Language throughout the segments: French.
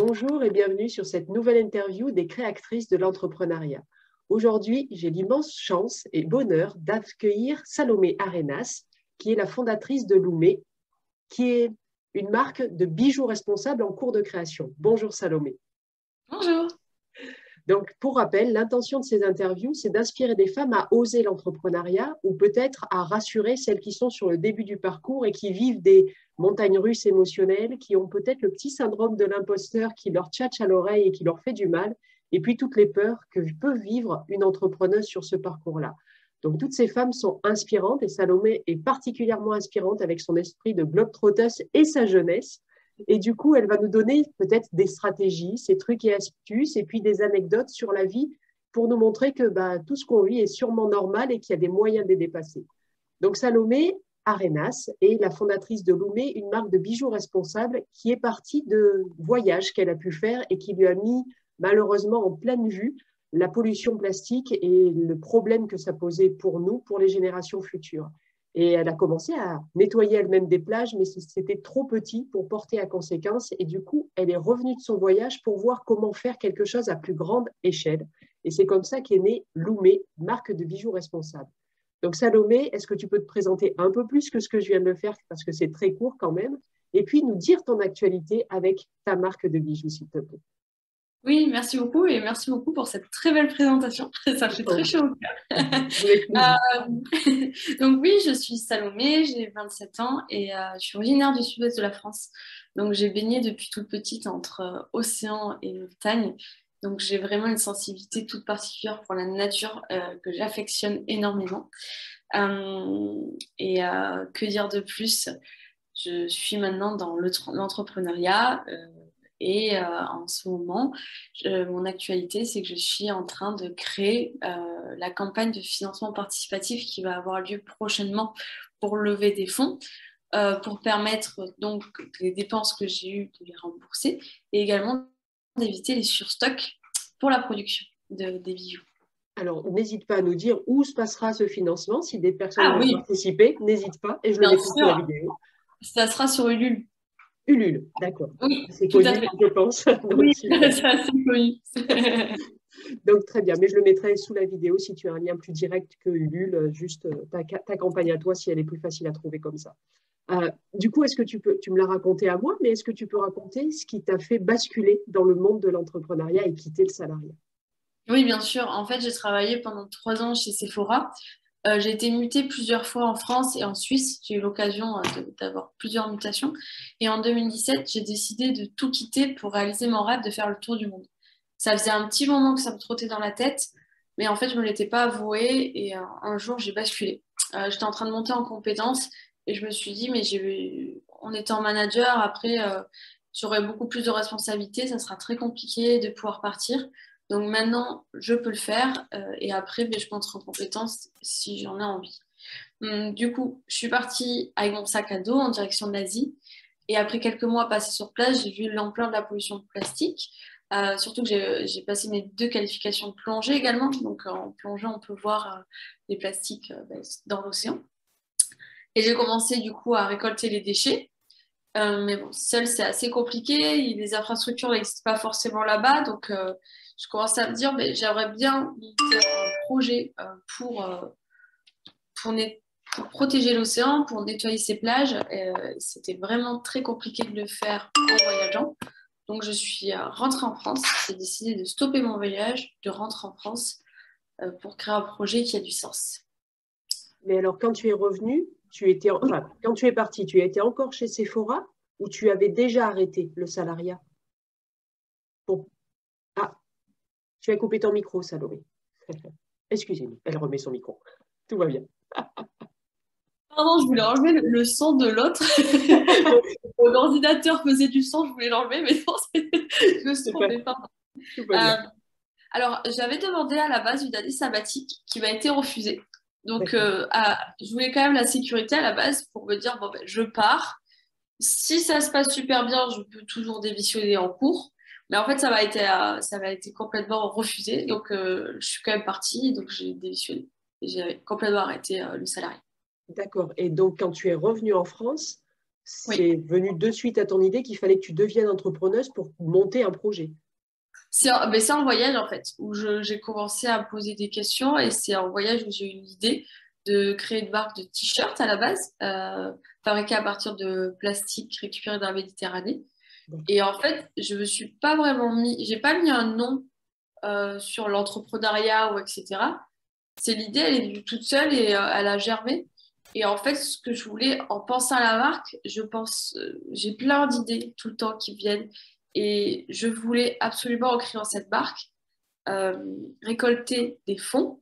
Bonjour et bienvenue sur cette nouvelle interview des créatrices de l'entrepreneuriat. Aujourd'hui, j'ai l'immense chance et bonheur d'accueillir Salomé Arenas, qui est la fondatrice de Loumé, qui est une marque de bijoux responsables en cours de création. Bonjour Salomé. Bonjour. Donc, pour rappel, l'intention de ces interviews, c'est d'inspirer des femmes à oser l'entrepreneuriat ou peut-être à rassurer celles qui sont sur le début du parcours et qui vivent des montagnes russes émotionnelles, qui ont peut-être le petit syndrome de l'imposteur qui leur tchatche à l'oreille et qui leur fait du mal, et puis toutes les peurs que peut vivre une entrepreneuse sur ce parcours-là. Donc, toutes ces femmes sont inspirantes et Salomé est particulièrement inspirante avec son esprit de globe-trotteuse et sa jeunesse. Et du coup, elle va nous donner peut-être des stratégies, ses trucs et astuces, et puis des anecdotes sur la vie pour nous montrer que tout ce qu'on vit est sûrement normal et qu'il y a des moyens de les dépasser. Donc, Salomé Arenas est la fondatrice de Loumé, une marque de bijoux responsable qui est partie de voyages qu'elle a pu faire et qui lui a mis malheureusement en pleine vue la pollution plastique et le problème que ça posait pour nous, pour les générations futures. Et elle a commencé à nettoyer elle-même des plages, mais c'était trop petit pour porter à conséquence. Et du coup, elle est revenue de son voyage pour voir comment faire quelque chose à plus grande échelle. Et c'est comme ça qu'est née Loumé, marque de bijoux responsable. Donc Salomé, est-ce que tu peux te présenter un peu plus que ce que je viens de le faire, parce que c'est très court quand même, et puis nous dire ton actualité avec ta marque de bijoux, s'il te plaît. Oui, merci beaucoup et merci beaucoup pour cette très belle présentation. Ça fait très chaud au cœur. Avec plaisir. Donc oui, je suis Salomé, j'ai 27 ans et je suis originaire du sud-ouest de la France. Donc j'ai baigné depuis toute petite entre océan et montagne. Donc j'ai vraiment une sensibilité toute particulière pour la nature que j'affectionne énormément. Que dire de plus? Je suis maintenant dans l'entrepreneuriat en ce moment, mon actualité, c'est que je suis en train de créer la campagne de financement participatif qui va avoir lieu prochainement pour lever des fonds, pour permettre donc les dépenses que j'ai eues de les rembourser et également d'éviter les surstocks pour la production des bijoux. Alors, n'hésite pas à nous dire où se passera ce financement. Si des personnes Ah veulent oui, participer, n'hésite pas et je le bien mettrai sous la sûr, vidéo. ça sera sur Ulule. Ulule, d'accord. Oui, C'est tout à connu, fait. je pense. Donc, Oui, super. c'est assez connu. Donc, très bien. Mais je le mettrai sous la vidéo si tu as un lien plus direct que Ulule, juste ta campagne à toi, si elle est plus facile à trouver comme ça. Du coup, est-ce que tu me l'as raconté à moi, mais est-ce que tu peux raconter ce qui t'a fait basculer dans le monde de l'entrepreneuriat et quitter le salariat? Oui, bien sûr. En fait, j'ai travaillé pendant 3 ans chez Sephora. J'ai été mutée plusieurs fois en France et en Suisse. J'ai eu l'occasion d'avoir plusieurs mutations. Et en 2017, j'ai décidé de tout quitter pour réaliser mon rêve de faire le tour du monde. Ça faisait un petit moment que ça me trottait dans la tête, mais en fait, je ne me l'étais pas avoué. Et un jour, j'ai basculé. J'étais en train de monter en compétences et je me suis dit, mais en étant manager, après, j'aurai beaucoup plus de responsabilités. Ça sera très compliqué de pouvoir partir. Donc maintenant, je peux le faire et après, ben, je monterai en compétence si j'en ai envie. Du coup, je suis partie avec mon sac à dos en direction de l'Asie. Et après quelques mois passés sur place, j'ai vu l'ampleur de la pollution plastique. Surtout que j'ai passé mes 2 qualifications de plongée également. Donc en plongée, on peut voir les plastiques ben, dans l'océan. Et j'ai commencé du coup à récolter les déchets. Mais bon, seul, c'est assez compliqué. Les infrastructures n'existent pas forcément là-bas. Donc, je commence à me dire, mais j'aimerais bien monter un projet pour, net- pour protéger l'océan, pour nettoyer ses plages. C'était vraiment très compliqué de le faire en voyageant. Donc, je suis rentrée en France. J'ai décidé de stopper mon voyage, de rentrer en France pour créer un projet qui a du sens. Mais alors, quand tu es revenu, enfin, quand tu es parti, tu étais encore chez Sephora ou tu avais déjà arrêté le salariat? Bon. Ah, tu as coupé ton micro, Salomé. Excusez-moi, elle remet son micro. Tout va bien. Pardon, je voulais enlever le son de l'autre. Mon ordinateur faisait du son, je voulais l'enlever, mais non, je me suis C'est pas, trompée. Pardon. tout va bien. Euh, alors, j'avais demandé à la base une année sabbatique qui m'a été refusée. Donc, D'accord. je voulais quand même la sécurité à la base pour me dire, bon, ben, je pars. Si ça se passe super bien, je peux toujours démissionner en cours. Mais en fait, ça m'a été complètement refusé. Donc, je suis quand même partie. Donc, j'ai démissionné. Et j'ai complètement arrêté le salarié. D'accord. Et donc, quand tu es revenu en France, c'est venu de suite à ton idée qu'il fallait que tu deviennes entrepreneuse pour monter un projet. C'est en voyage, en fait, où j'ai commencé à me poser des questions et c'est en voyage où j'ai eu une idée de créer une marque de t-shirts à la base, fabriquée à partir de plastique récupéré dans la Méditerranée. Et en fait, je me suis pas vraiment j'ai pas mis un nom sur l'entrepreneuriat ou etc. C'est l'idée, elle est venue toute seule et elle a germé. Et en fait, ce que je voulais, en pensant à la marque, j'ai plein d'idées tout le temps qui viennent. Et je voulais absolument, en créant cette marque, récolter des fonds,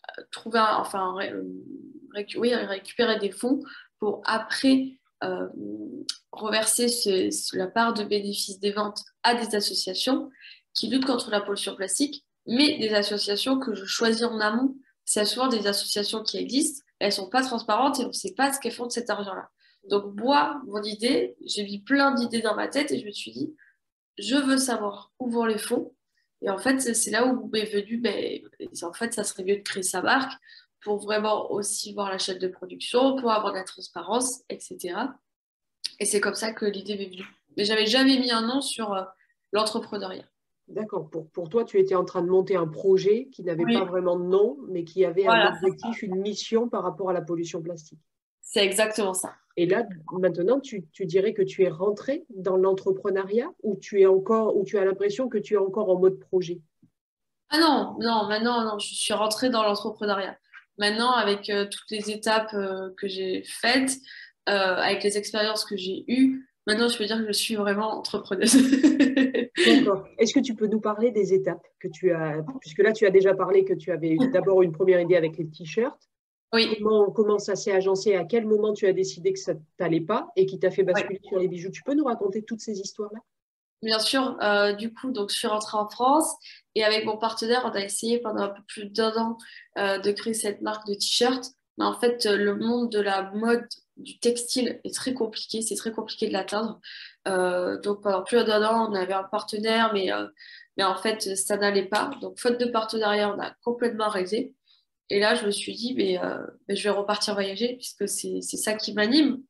récupérer des fonds pour après euh, reverser la part de bénéfices des ventes à des associations qui luttent contre la pollution plastique, mais des associations que je choisis en amont. C'est souvent des associations qui existent, elles ne sont pas transparentes et on ne sait pas ce qu'elles font de cet argent-là. Donc moi, mon idée, j'ai mis plein d'idées dans ma tête et je me suis dit, je veux savoir où vont les fonds. Et en fait, c'est là où m'est venu, en fait, ça serait mieux de créer sa marque pour vraiment aussi voir la chaîne de production, pour avoir de la transparence, etc. Et c'est comme ça que l'idée m'est venue. Mais j'avais jamais mis un nom sur l'entrepreneuriat. D'accord. Pour toi, tu étais en train de monter un projet qui n'avait pas Oui, vraiment de nom, mais qui avait un voilà, objectif, une mission par rapport à la pollution plastique. c'est exactement ça. Et là, maintenant, tu dirais que tu es rentré dans l'entrepreneuriat ou tu es encore, ou tu as l'impression que tu es encore en mode projet? Ah non, non, maintenant, non, je suis rentrée dans l'entrepreneuriat. Maintenant, avec toutes les étapes que j'ai faites, avec les expériences que j'ai eues, maintenant, je peux dire que je suis vraiment entrepreneuse. D'accord. Est-ce que tu peux nous parler des étapes que tu as, puisque là, tu as déjà parlé que tu avais d'abord une première idée avec les t-shirts. Oui, Comment ça s'est agencé? À quel moment tu as décidé que ça t'allait pas et qui t'a fait oui. basculer sur les bijoux? Tu peux nous raconter toutes ces histoires-là? Bien sûr, du coup, donc je suis rentrée en France et avec mon partenaire, on a essayé pendant un peu plus d'1 an de créer cette marque de t-shirts. Mais en fait, le monde de la mode, du textile est très compliqué, c'est très compliqué de l'atteindre. Donc pendant plus d'1 an, on avait un partenaire, mais en fait, ça n'allait pas. Donc faute de partenariat, on a complètement arrêté. Et là, je me suis dit, mais je vais repartir voyager puisque c'est ça qui m'anime.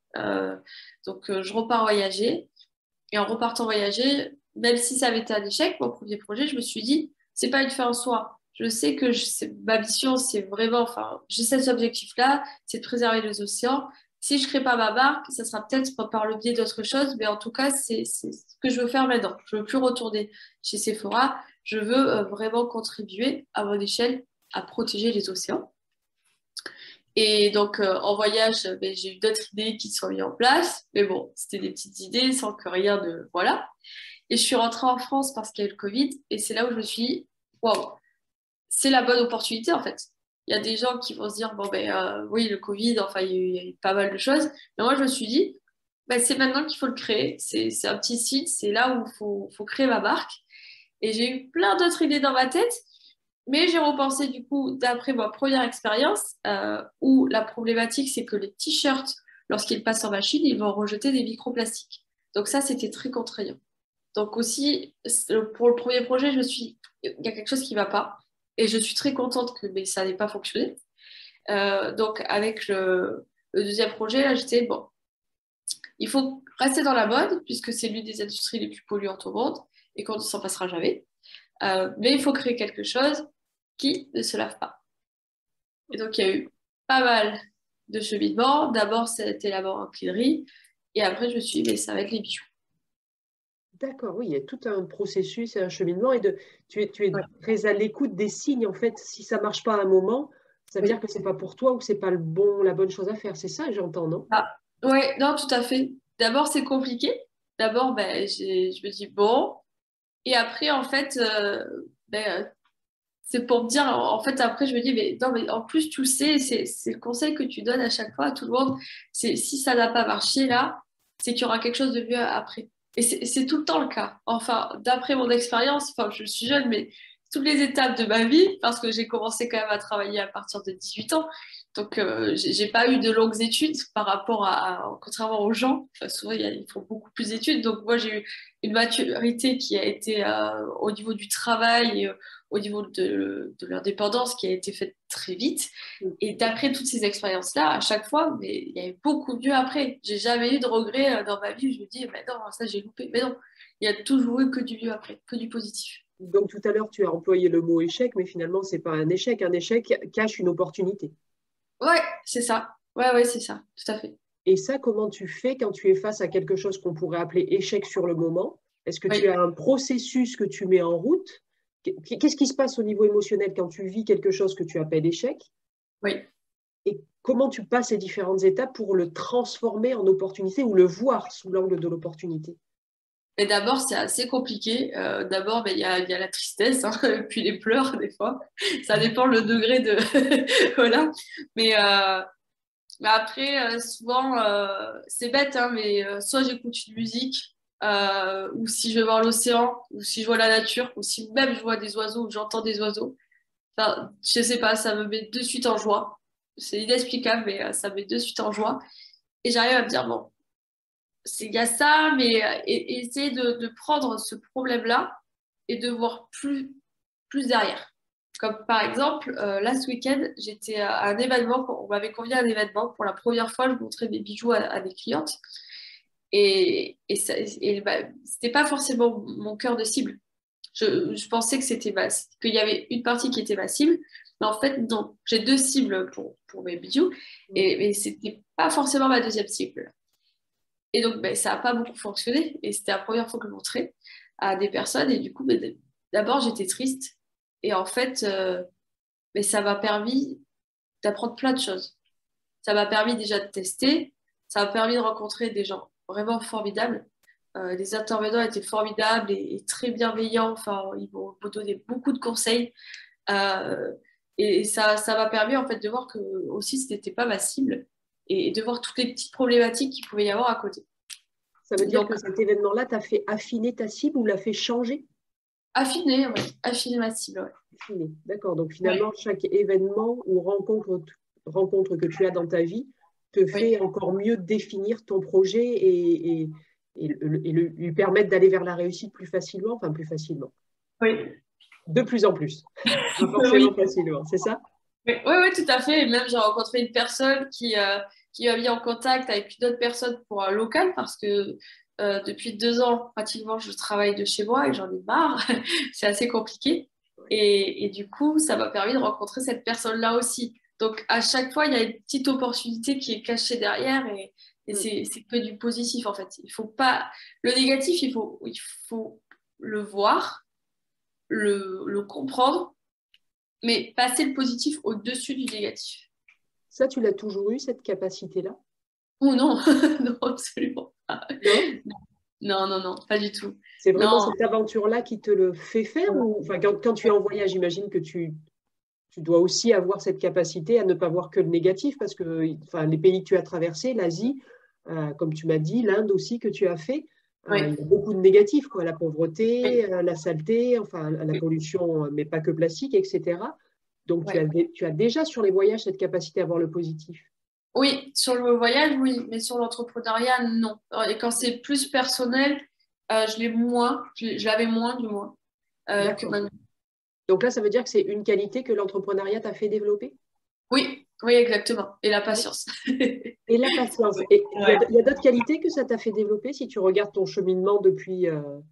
Je repars voyager. Et en repartant voyager, même si ça avait été un échec, mon premier projet, je me suis dit, c'est pas une fin en soi. Je sais que ma mission, c'est vraiment, enfin, j'ai cet objectif-là, c'est de préserver les océans. Si je crée pas ma marque, ça sera peut-être par le biais d'autre chose, mais en tout cas, c'est ce que je veux faire maintenant. Je veux plus retourner chez Sephora. Je veux vraiment contribuer à mon échelle à protéger les océans. Et donc, en voyage, j'ai eu d'autres idées qui se sont mises en place. Mais bon, c'était des petites idées sans que rien de... Voilà. Et je suis rentrée en France parce qu'il y a eu le Covid. Et c'est là où je me suis dit, waouh, c'est la bonne opportunité en fait. Il y a des gens qui vont se dire, bon, oui, le Covid, enfin, il y a eu pas mal de choses. Mais moi, je me suis dit, c'est maintenant qu'il faut le créer. C'est un petit site, c'est là où faut créer ma marque. Et j'ai eu plein d'autres idées dans ma tête. Mais j'ai repensé du coup, d'après ma première expérience, où la problématique, c'est que les t-shirts, lorsqu'ils passent en machine, ils vont rejeter des microplastiques. Donc ça, c'était très contraignant. Donc aussi, pour le premier projet, il y a quelque chose qui ne va pas. Et je suis très contente que ça n'ait pas fonctionné. Donc avec le deuxième projet, là, j'étais, bon, il faut rester dans la mode, puisque c'est l'une des industries les plus polluantes au monde, et qu'on ne s'en passera jamais. Mais il faut créer quelque chose qui ne se lave pas. Et donc, il y a eu pas mal de cheminements. D'abord, c'était la maroquinerie. Et après, je me suis dit, mais ça va être les bijoux. D'accord, oui, il y a tout un processus et un cheminement et tu es Ouais. très à l'écoute des signes. En fait, si ça marche pas à un moment, ça veut dire Oui. que c'est pas pour toi ou que c'est pas la bonne chose à faire. C'est ça, j'entends, non? Ah, ouais, non, tout à fait. D'abord, c'est compliqué. D'abord, je me dis, bon. Et après, en fait, c'est pour me dire, en fait, après, je me dis, mais non, mais en plus, tu le sais, c'est le conseil que tu donnes à chaque fois à tout le monde. C'est si ça n'a pas marché là, c'est qu'il y aura quelque chose de mieux après. Et c'est tout le temps le cas. Enfin, d'après mon expérience, enfin, je suis jeune, mais toutes les étapes de ma vie, parce que j'ai commencé quand même à travailler à partir de 18 ans. Donc, j'ai pas eu de longues études par rapport contrairement aux gens, enfin, souvent ils font beaucoup plus d'études. Donc, moi, j'ai eu une maturité qui a été au niveau du travail, et, au niveau de l'indépendance, qui a été faite très vite. Et d'après toutes ces expériences-là, à chaque fois, mais il y avait beaucoup mieux après. J'ai jamais eu de regrets dans ma vie. Je me dis, mais non, ça j'ai loupé. Mais non, il y a toujours eu que du mieux après, que du positif. Donc tout à l'heure, tu as employé le mot échec, mais finalement, ce n'est pas un échec. Un échec cache une opportunité. Ouais, c'est ça. Ouais, ouais, c'est ça, tout à fait. Et ça, comment tu fais quand tu es face à quelque chose qu'on pourrait appeler échec sur le moment? Est-ce que tu Oui, as un processus que tu mets en route? Qu'est-ce qui se passe au niveau émotionnel quand tu vis quelque chose que tu appelles échec? oui. Et comment tu passes ces différentes étapes pour le transformer en opportunité ou le voir sous l'angle de l'opportunité? Et d'abord, c'est assez compliqué. D'abord, ben, il y a la tristesse, hein, puis les pleurs, des fois. Ça dépend le degré de. Voilà. Mais, euh, mais après, souvent, c'est bête, hein, mais soit j'écoute une musique, ou si je vais voir l'océan, ou si je vois la nature, ou si même je vois des oiseaux, ou j'entends des oiseaux. Enfin, je sais pas, ça me met de suite en joie. C'est inexplicable, mais ça me met de suite en joie. Et j'arrive à me dire, bon, il y a ça, mais essayer de prendre ce problème-là et de voir plus derrière. Comme par exemple, là ce week-end, j'étais à un événement, on m'avait convié à un événement. Pour la première fois, je montrais mes bijoux à des clientes. Bah, c'était pas forcément mon cœur de cible. Je pensais que qu'il y avait une partie qui était ma cible, mais en fait, non. J'ai deux cibles pour mes bijoux, et c'était pas forcément ma deuxième cible. Et donc, ben, ça n'a pas beaucoup fonctionné. Et c'était la première fois que je montrais à des personnes. Et du coup, ben, d'abord, j'étais triste. Et en fait, ben, ça m'a permis d'apprendre plein de choses. Ça m'a permis déjà de tester. Ça m'a permis de rencontrer des gens vraiment formidables. Les intervenants étaient formidables et très bienveillants. Enfin, ils m'ont donné beaucoup de conseils. Euh, et ça m'a permis en fait de voir que aussi ce n'était pas ma cible et de voir toutes les petites problématiques qu'il pouvait y avoir à côté. Ça veut dire Donc, que cet événement-là t'a fait affiner ta cible ou l'a fait changer? affiner, ouais. Affiner ma cible, ouais. Affiner, d'accord. Donc Ouais, finalement, chaque événement ou rencontre que tu as dans ta vie te oui, fait encore mieux définir ton projet et lui permettre d'aller vers la réussite plus facilement, enfin plus facilement, oui. de plus en plus, pas Oui, forcément facilement, c'est ça? oui, oui, oui, tout à fait. Et même, j'ai rencontré une personne qui m'a mis en contact avec une autre personne pour un local parce que depuis 2 ans, pratiquement, je travaille de chez moi et j'en ai marre. C'est assez compliqué. Et du coup, ça m'a permis de rencontrer cette personne-là aussi. Donc, à chaque fois, il y a une petite opportunité qui est cachée derrière et Mm. c'est que du positif, en fait. Il faut pas... Le négatif, il faut le voir, le comprendre, mais passer le positif au-dessus du négatif. Ça, tu l'as toujours eu, cette capacité-là? Oh non, non, absolument pas. Non? Non, non, non, pas du tout. C'est vraiment Non, cette aventure-là qui te le fait faire ou enfin, quand tu es en voyage, j'imagine que tu dois aussi avoir cette capacité à ne pas voir que le négatif parce que enfin, les pays que tu as traversés, l'Asie, comme tu m'as dit, l'Inde aussi que tu as fait, oui, il y a beaucoup de négatifs, quoi, la pauvreté, oui, la saleté, enfin la oui, pollution, mais pas que plastique, etc. Donc ouais. tu as déjà sur les voyages cette capacité à voir le positif. Oui, sur le voyage, oui, mais sur l'entrepreneuriat, non. Et quand c'est plus personnel, je l'ai moins, je l'avais moins du moins que D'accord. maintenant. Donc là, ça veut dire que c'est une qualité que l'entrepreneuriat t'a fait développer? Oui, oui, exactement. Et la patience. Et la patience. Et Ouais. il y a d'autres qualités que ça t'a fait développer si tu regardes ton cheminement depuis.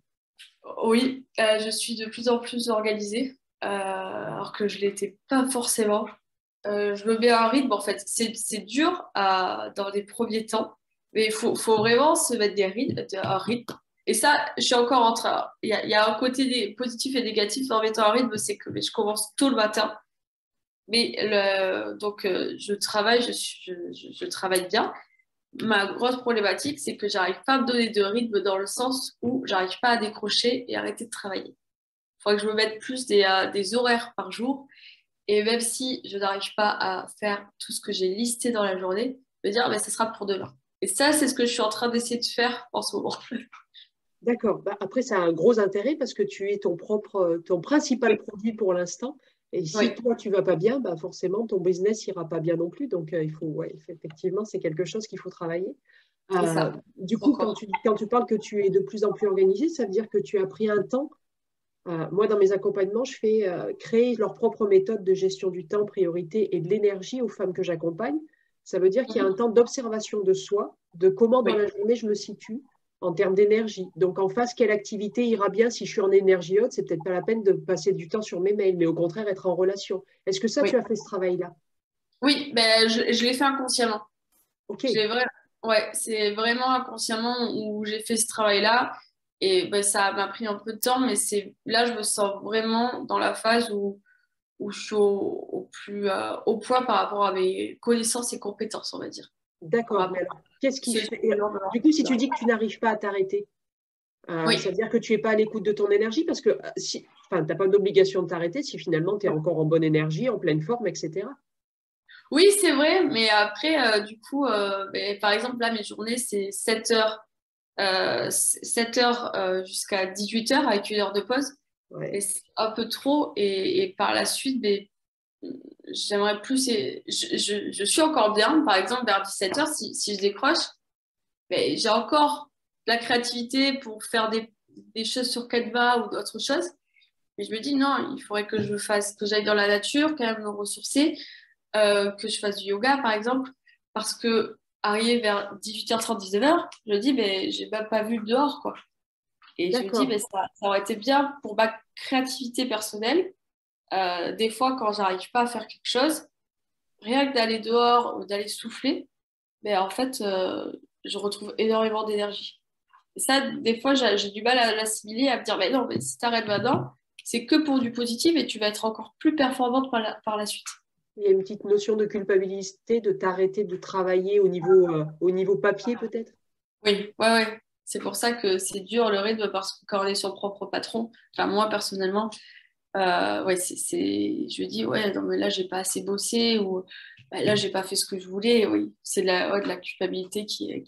Oui, je suis de plus en plus organisée, alors que je l'étais pas forcément. Je me mets un rythme, en fait. C'est dur dans les premiers temps, mais faut vraiment se mettre un rythme. Et ça, je suis encore en train. Il y a un côté positif et négatif en mettant un rythme, c'est que mais je commence tôt le matin. Mais donc, je travaille, je travaille bien. Ma grosse problématique, c'est que j'arrive pas à me donner de rythme dans le sens où j'arrive pas à décrocher et arrêter de travailler. Il faudrait que je me mette plus des horaires par jour. Et même si je n'arrive pas à faire tout ce que j'ai listé dans la journée, me dire, mais ce sera pour demain. Et ça, c'est ce que je suis en train d'essayer de faire en ce moment. D'accord. Bah, après, ça a un gros intérêt parce que tu es ton principal Oui, produit pour l'instant. Et si oui, toi, tu vas pas bien, bah, forcément, ton business ira pas bien non plus. Donc, ouais, effectivement, c'est quelque chose qu'il faut travailler. c'est ça. Du coup, Encore. quand tu parles que tu es de plus en plus organisé, ça veut dire que tu as pris un temps. Moi, dans mes accompagnements, je fais créer leur propre méthode de gestion du temps, priorité et de l'énergie aux femmes que j'accompagne. Ça veut dire qu'il y a un Mhm. temps d'observation de soi, de comment dans Oui, la journée je me situe en termes d'énergie. Donc, en face, quelle activité ira bien si je suis en énergie haute? C'est peut-être pas la peine de passer du temps sur mes mails, mais au contraire, être en relation. Est-ce que ça, tu oui. as fait ce travail-là? Oui, ben, je l'ai fait inconsciemment. OK, J'ai vrai... Ouais, c'est vraiment inconsciemment où j'ai fait ce travail-là. Et ben, ça m'a pris un peu de temps, mais c'est là, je me sens vraiment dans la phase où je suis au plus au point par rapport à mes connaissances et compétences, on va dire. Par d'accord. Mais rapport alors, qu'est-ce à qui ceux fait... qui sont de Du coup, si tu l'entrepreneur. dis que tu n'arrives pas à t'arrêter, ça Oui, veut dire que tu n'es pas à l'écoute de ton énergie parce que si, enfin, tu n'as pas d'obligation de t'arrêter si finalement tu es encore en bonne énergie, en pleine forme, etc. oui, c'est vrai, mais après, du coup, ben, par exemple, là, mes journées, c'est 7 heures jusqu'à 18 heures avec 1 heure de pause. Et Ouais. c'est un peu trop. Et par la suite, ben, j'aimerais plus. Je suis encore bien. Par exemple, vers 17 heures, si je décroche, ben, j'ai encore de la créativité pour faire des choses sur Canva ou d'autres choses. Mais je me dis, non, il faudrait que que j'aille dans la nature, quand même me ressourcer, que je fasse du yoga, par exemple, parce que arrivé vers 18h30, 19h, je me dis, ben, j'ai même pas vu dehors, quoi. Et je me dis, ben, D'accord. ça aurait été bien pour ma créativité personnelle. Des fois, quand j'arrive pas à faire quelque chose, rien que d'aller dehors ou d'aller souffler, ben, en fait, je retrouve énormément d'énergie. Et ça, des fois, j'ai du mal à l'assimiler, à me dire, mais non, mais si t'arrêtes maintenant, c'est que pour du positif et tu vas être encore plus performante par la suite. Il y a une petite notion de culpabilité de t'arrêter de travailler au niveau papier peut-être? Oui, ouais, ouais. C'est pour ça que c'est dur le rythme parce que quand on est son propre patron, enfin moi personnellement, ouais, je me dis, ouais, non, mais là, j'ai pas assez bossé ou bah, là, j'ai pas fait ce que je voulais. Oui, c'est ouais, de la culpabilité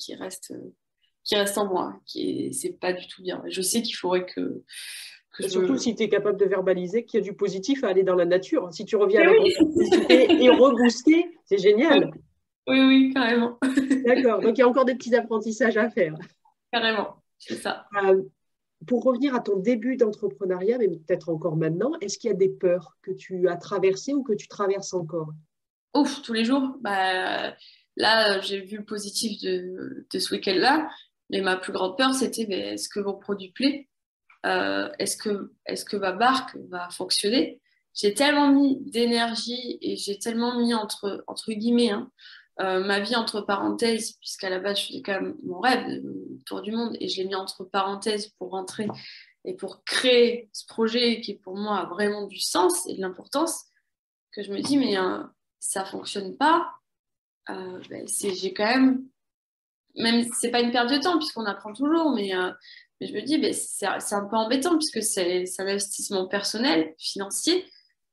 qui reste en moi, c'est pas du tout bien. Je sais qu'il faudrait que Et je surtout me. si tu es capable de verbaliser qu'il y a du positif à aller dans la nature. Si tu reviens Mais avec oui, encore plus d'idées et rebooster, c'est oui, génial. oui, oui, carrément. D'accord. Donc il y a encore des petits apprentissages à faire. Carrément, c'est ça. Euh, pour revenir à ton début d'entrepreneuriat, mais peut-être encore maintenant, est-ce qu'il y a des peurs que tu as traversées ou que tu traverses encore? Ouf, tous les jours. Bah, là, j'ai vu le positif de ce week-end-là, mais ma plus grande peur, c'était mais est-ce que mon produit plaît? Est-ce que ma marque va fonctionner? J'ai tellement mis d'énergie et j'ai tellement mis entre guillemets hein, ma vie entre parenthèses, puisqu'à la base, je faisais quand même mon rêve, le tour du monde, et je l'ai mis entre parenthèses pour rentrer et pour créer ce projet qui, pour moi, a vraiment du sens et de l'importance, que je me dis, mais ça fonctionne pas. Ben, j'ai quand même c'est pas une perte de temps puisqu'on apprend toujours, mais je me dis, ben, c'est un peu embêtant puisque c'est un investissement personnel, financier.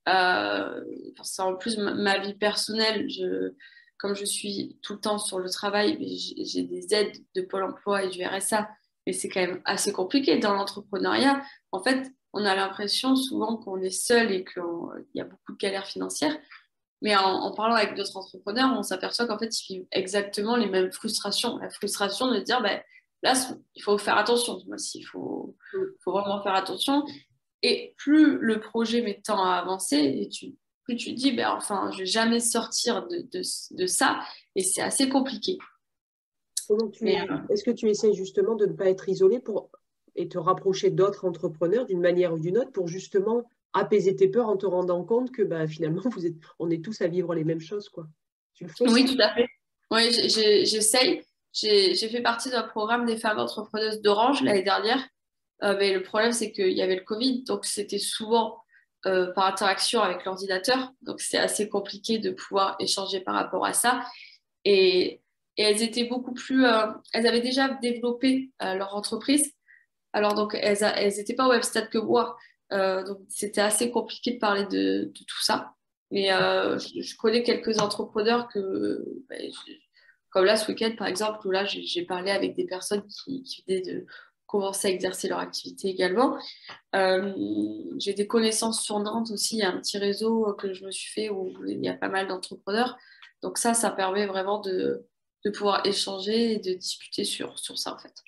Parce que en plus, ma vie personnelle, comme je suis tout le temps sur le travail, ben, j'ai des aides de Pôle emploi et du RSA, mais c'est quand même assez compliqué dans l'entrepreneuriat. En fait, on a l'impression souvent qu'on est seul et qu'il y a beaucoup de galères financières. Mais en parlant avec d'autres entrepreneurs, on s'aperçoit qu'en fait, ils vivent exactement les mêmes frustrations. La frustration de dire, ben, là, il faut faire attention. Moi, faut vraiment faire attention. Et plus le projet met de temps à avancer, plus tu te dis, ben, enfin, je vais jamais sortir de ça. Et c'est assez compliqué. Mais Est-ce que tu essaies justement de ne pas être isolé et te rapprocher d'autres entrepreneurs d'une manière ou d'une autre pour justement apaiser tes peurs en te rendant compte que bah, finalement, on est tous à vivre les mêmes choses, quoi. Tu le fais, oui, ça? tout à fait. Oui, j'essaye. J'ai fait partie d'un programme des femmes entrepreneuses d'Orange l'année dernière. Mais le problème, c'est qu'il y avait le Covid, donc c'était souvent par interaction avec l'ordinateur. Donc c'est assez compliqué de pouvoir échanger par rapport à ça. Et, et elles étaient beaucoup plus. Elles avaient déjà développé leur entreprise. Alors donc elles n'étaient pas au même stade que moi. Donc c'était assez compliqué de parler de tout ça. Mais je connais quelques entrepreneurs comme là ce week-end par exemple, où là j'ai parlé avec des personnes qui venaient commencé à exercer leur activité également. J'ai des connaissances sur Nantes aussi, il y a un petit réseau que je me suis fait où il y a pas mal d'entrepreneurs. Donc ça permet vraiment de pouvoir échanger et de discuter sur ça en fait.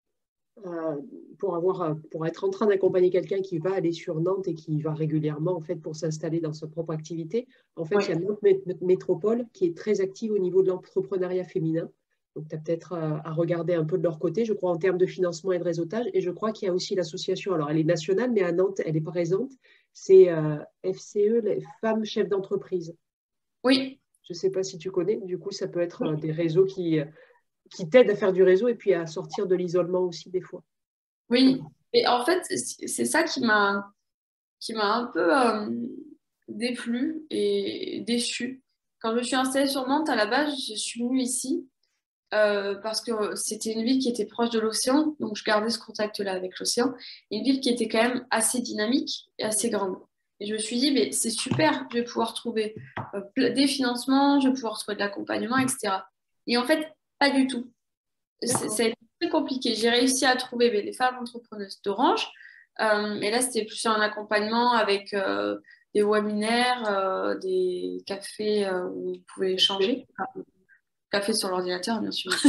Pour être en train d'accompagner quelqu'un qui va aller sur Nantes et qui va régulièrement en fait pour s'installer dans sa propre activité. En fait, il y a Nantes Métropole qui est très active au niveau de l'entrepreneuriat féminin. Donc, tu as peut-être à regarder un peu de leur côté, je crois, en termes de financement et de réseautage. Et je crois qu'il y a aussi l'association, alors elle est nationale, mais à Nantes, elle est présente. C'est FCE, les femmes chefs d'entreprise. Oui. Je ne sais pas si tu connais. Du coup, ça peut être des réseaux qui t'aident à faire du réseau et puis à sortir de l'isolement aussi des fois. Oui, et en fait, c'est ça qui m'a un peu déplu et déçu. Quand je me suis installée sur Nantes, à la base, je suis venue ici parce que c'était une ville qui était proche de l'océan, donc je gardais ce contact-là avec l'océan. Une ville qui était quand même assez dynamique et assez grande. Et je me suis dit, mais c'est super, je vais pouvoir trouver des financements, je vais pouvoir trouver de l'accompagnement, etc. Et en fait, pas du tout. Ça a été très compliqué. J'ai réussi à trouver les femmes entrepreneuses d'Orange. Et là, c'était plus un accompagnement avec des webinaires, des cafés où ils pouvaient échanger. Enfin, café sur l'ordinateur, bien sûr.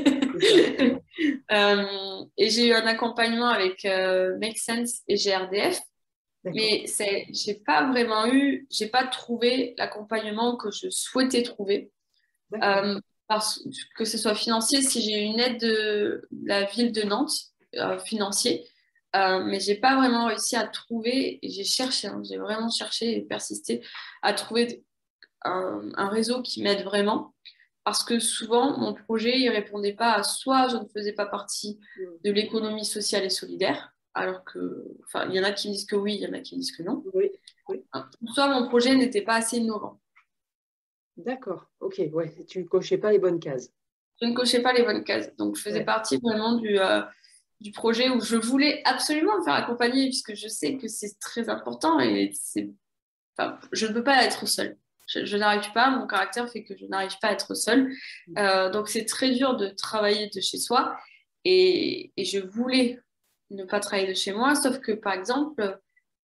Et j'ai eu un accompagnement avec Make Sense et GRDF. Mais j'ai pas trouvé l'accompagnement que je souhaitais trouver. Que ce soit financier, si j'ai eu une aide de la ville de Nantes, financier, mais j'ai pas vraiment réussi à trouver, et j'ai cherché, hein, j'ai vraiment cherché et persisté à trouver un réseau qui m'aide vraiment, parce que souvent, mon projet, il répondait pas à soit je ne faisais pas partie de l'économie sociale et solidaire, alors que, enfin, il y en a qui me disent que oui, il y en a qui me disent que non. Oui. Soit mon projet n'était pas assez innovant. D'accord, ok, ouais, tu ne cochais pas les bonnes cases. Je ne cochais pas les bonnes cases. Donc, je faisais partie vraiment du projet où je voulais absolument me faire accompagner, puisque je sais que c'est très important et enfin, je ne peux pas être seule. Je n'arrive pas, mon caractère fait que je n'arrive pas à être seule. Donc, c'est très dur de travailler de chez soi et je voulais ne pas travailler de chez moi, sauf que, par exemple,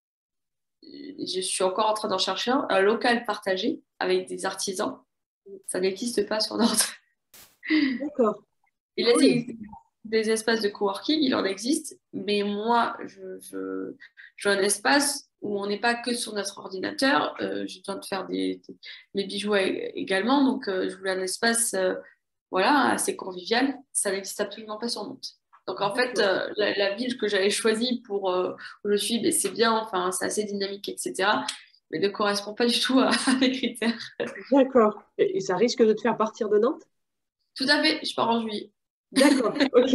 je suis encore en train d'en chercher un local partagé avec des artisans. Ça n'existe pas sur Nantes. D'accord. Il existe des espaces de coworking, il en existe, mais moi, je veux un espace où on n'est pas que sur notre ordinateur. J'ai besoin de faire mes bijoux également, donc je voulais un espace voilà, assez convivial. Ça n'existe absolument pas sur Nantes. Donc en fait, la ville que j'avais choisie pour où je suis, ben, c'est bien, enfin, c'est assez dynamique, etc. Mais ne correspond pas du tout à mes critères. D'accord. Et ça risque de te faire partir de Nantes? Tout à fait, je pars en juillet. D'accord, ok.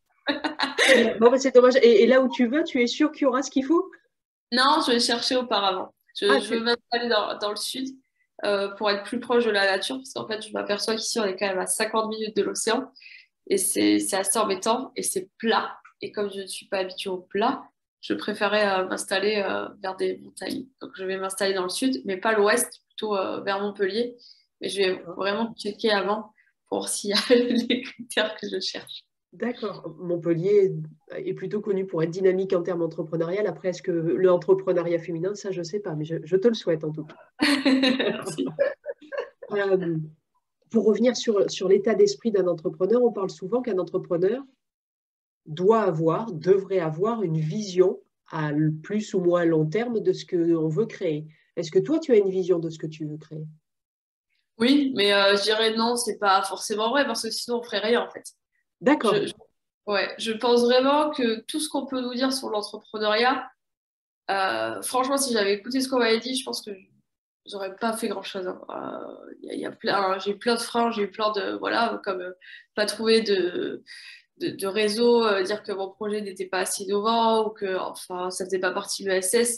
Bon, bah, c'est dommage. Et là où tu vas, tu es sûr qu'il y aura ce qu'il faut? Non, je vais chercher auparavant. Je veux Tu... m'installer dans le sud pour être plus proche de la nature, parce qu'en fait, je m'aperçois qu'ici, on est quand même à 50 minutes de l'océan, et c'est assez embêtant, et c'est plat. Et comme je ne suis pas habituée au plat, je préférais m'installer vers des montagnes. Donc, je vais m'installer dans le sud, mais pas l'ouest, plutôt vers Montpellier. Mais je vais vraiment checker avant pour voir s'il y a les critères que je cherche. D'accord. Montpellier est plutôt connu pour être dynamique en termes entrepreneurial. Après, est-ce que l'entrepreneuriat féminin, ça, je ne sais pas, mais je te le souhaite en tout cas. Merci. Euh, pour revenir sur l'état d'esprit d'un entrepreneur, on parle souvent qu'un entrepreneur devrait avoir une vision à plus ou moins long terme de ce qu'on veut créer. Est-ce que toi, tu as une vision de ce que tu veux créer? Oui, mais je dirais non, c'est pas forcément vrai, parce que sinon, on ferait rien, en fait. D'accord. Ouais, je pense vraiment que tout ce qu'on peut nous dire sur l'entrepreneuriat, franchement, si j'avais écouté ce qu'on m'avait dit, je pense que j'aurais pas fait grand-chose, hein. J'ai eu plein de freins, j'ai eu plein de, voilà, comme pas trouver de réseau, dire que mon projet n'était pas assez innovant ou que, enfin, ça faisait pas partie de l'ESS.